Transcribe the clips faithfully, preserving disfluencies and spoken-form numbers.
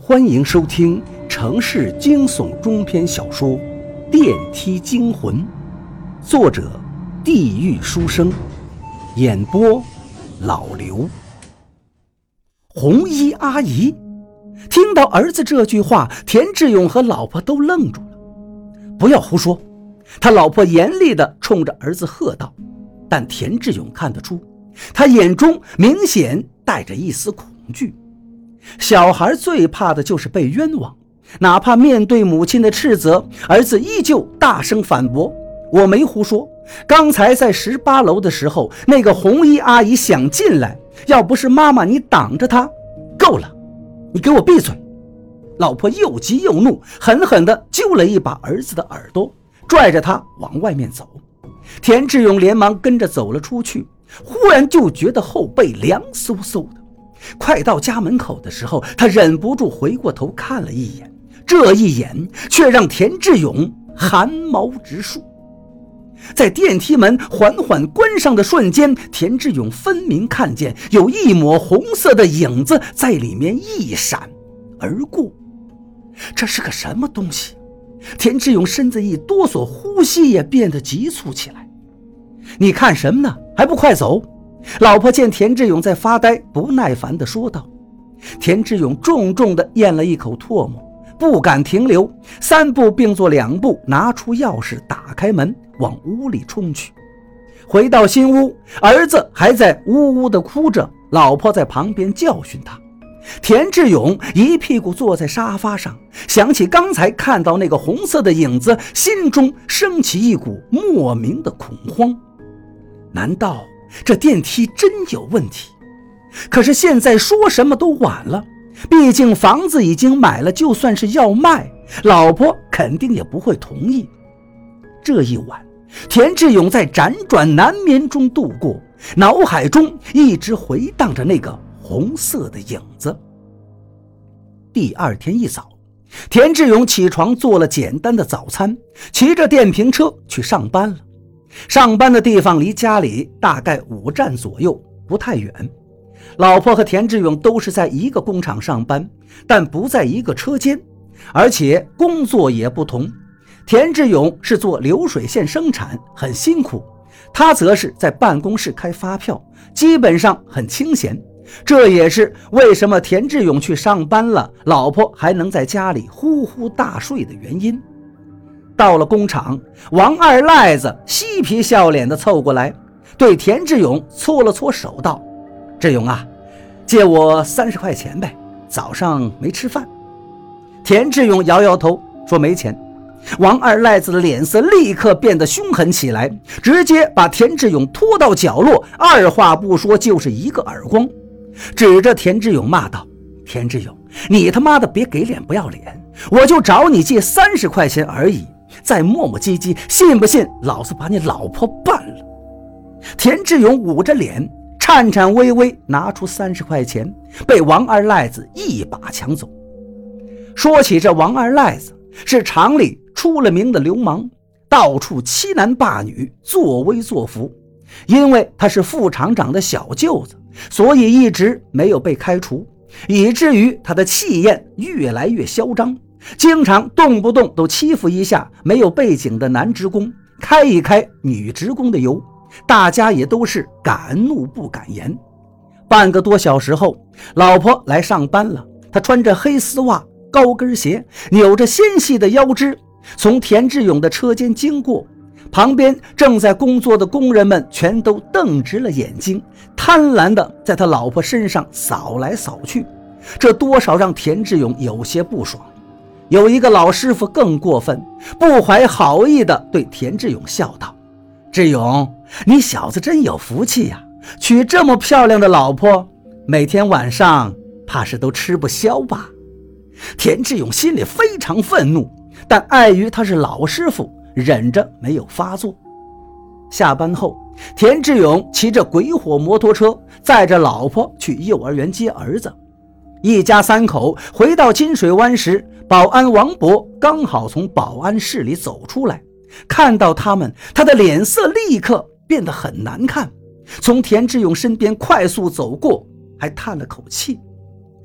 欢迎收听城市惊悚中篇小说《电梯惊魂》，作者地狱书生，演播老刘。红衣阿姨听到儿子这句话，田志勇和老婆都愣住了。不要胡说，他老婆严厉地冲着儿子喝道，但田志勇看得出，他眼中明显带着一丝恐惧。小孩最怕的就是被冤枉，哪怕面对母亲的斥责，儿子依旧大声反驳，我没胡说，刚才在十八楼的时候，那个红衣阿姨想进来，要不是妈妈你挡着她。够了，你给我闭嘴。老婆又急又怒，狠狠地揪了一把儿子的耳朵，拽着他往外面走。田志勇连忙跟着走了出去，忽然就觉得后背凉飕飕的。快到家门口的时候，他忍不住回过头看了一眼，这一眼却让田志勇寒毛直竖。在电梯门缓缓关上的瞬间，田志勇分明看见有一抹红色的影子在里面一闪而过。这是个什么东西？田志勇身子一哆嗦，呼吸也变得急促起来。你看什么呢？还不快走！老婆见田志勇在发呆，不耐烦地说道。田志勇重重地咽了一口唾沫，不敢停留，三步并作两步，拿出钥匙打开门，往屋里冲去。回到新屋，儿子还在呜呜地哭着，老婆在旁边教训他。田志勇一屁股坐在沙发上，想起刚才看到那个红色的影子，心中升起一股莫名的恐慌。难道这电梯真有问题？可是现在说什么都晚了，毕竟房子已经买了，就算是要卖，老婆肯定也不会同意。这一晚，田志勇在辗转难眠中度过，脑海中一直回荡着那个红色的影子。第二天一早，田志勇起床做了简单的早餐，骑着电瓶车去上班了。上班的地方离家里大概五站左右，不太远。老婆和田志勇都是在一个工厂上班，但不在一个车间，而且工作也不同。田志勇是做流水线生产，很辛苦，他则是在办公室开发票，基本上很清闲。这也是为什么田志勇去上班了，老婆还能在家里呼呼大睡的原因。到了工厂，王二赖子嬉皮笑脸地凑过来，对田志勇搓了搓手道，志勇啊，借我三十块钱呗，早上没吃饭。田志勇摇摇头说没钱。王二赖子的脸色立刻变得凶狠起来，直接把田志勇拖到角落，二话不说就是一个耳光，指着田志勇骂道，田志勇，你他妈的别给脸不要脸，我就找你借三十块钱而已，再磨磨唧唧，信不信老子把你老婆办了。田志勇捂着脸，颤颤巍巍拿出三十块钱，被王二赖子一把抢走。说起这王二赖子，是厂里出了名的流氓，到处欺男霸女，作威作福。因为他是副厂长的小舅子，所以一直没有被开除，以至于他的气焰越来越嚣张，经常动不动都欺负一下没有背景的男职工，开一开女职工的油，大家也都是敢怒不敢言。半个多小时后，老婆来上班了，她穿着黑丝袜高跟鞋，扭着纤细的腰肢，从田志勇的车间经过，旁边正在工作的工人们全都瞪直了眼睛，贪婪地在他老婆身上扫来扫去，这多少让田志勇有些不爽。有一个老师傅更过分，不怀好意地对田志勇笑道，志勇，你小子真有福气呀，娶这么漂亮的老婆，每天晚上怕是都吃不消吧。田志勇心里非常愤怒，但碍于他是老师傅，忍着没有发作。下班后，田志勇骑着鬼火摩托车，载着老婆去幼儿园接儿子。一家三口回到金水湾时，保安王博刚好从保安室里走出来，看到他们，他的脸色立刻变得很难看，从田志勇身边快速走过，还叹了口气。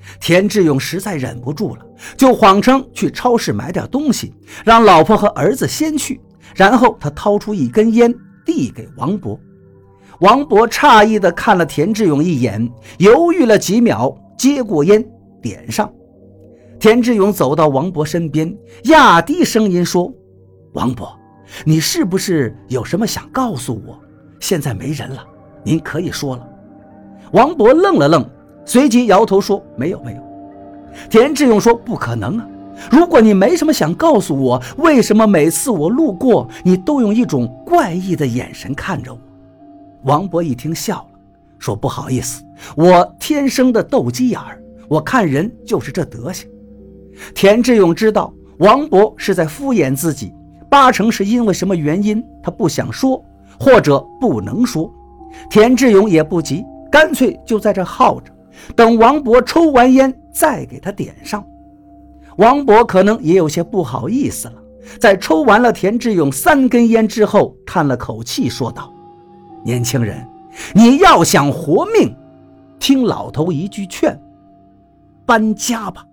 田志勇实在忍不住了，就谎称去超市买点东西，让老婆和儿子先去，然后他掏出一根烟递给王博。王博诧异地看了田志勇一眼，犹豫了几秒，接过烟点上。田志勇走到王博身边，压低声音说：王博，你是不是有什么想告诉我？现在没人了，您可以说了。王博愣了愣，随即摇头说：没有没有。田志勇说：不可能啊，如果你没什么想告诉我，为什么每次我路过你都用一种怪异的眼神看着我？王博一听笑了，说：不好意思，我天生的斗鸡眼儿，我看人就是这德行。田志勇知道王博是在敷衍自己，八成是因为什么原因他不想说，或者不能说。田志勇也不急，干脆就在这耗着，等王博抽完烟再给他点上。王博可能也有些不好意思了，在抽完了田志勇三根烟之后，叹了口气说道：年轻人，你要想活命，听老头一句劝，搬家吧。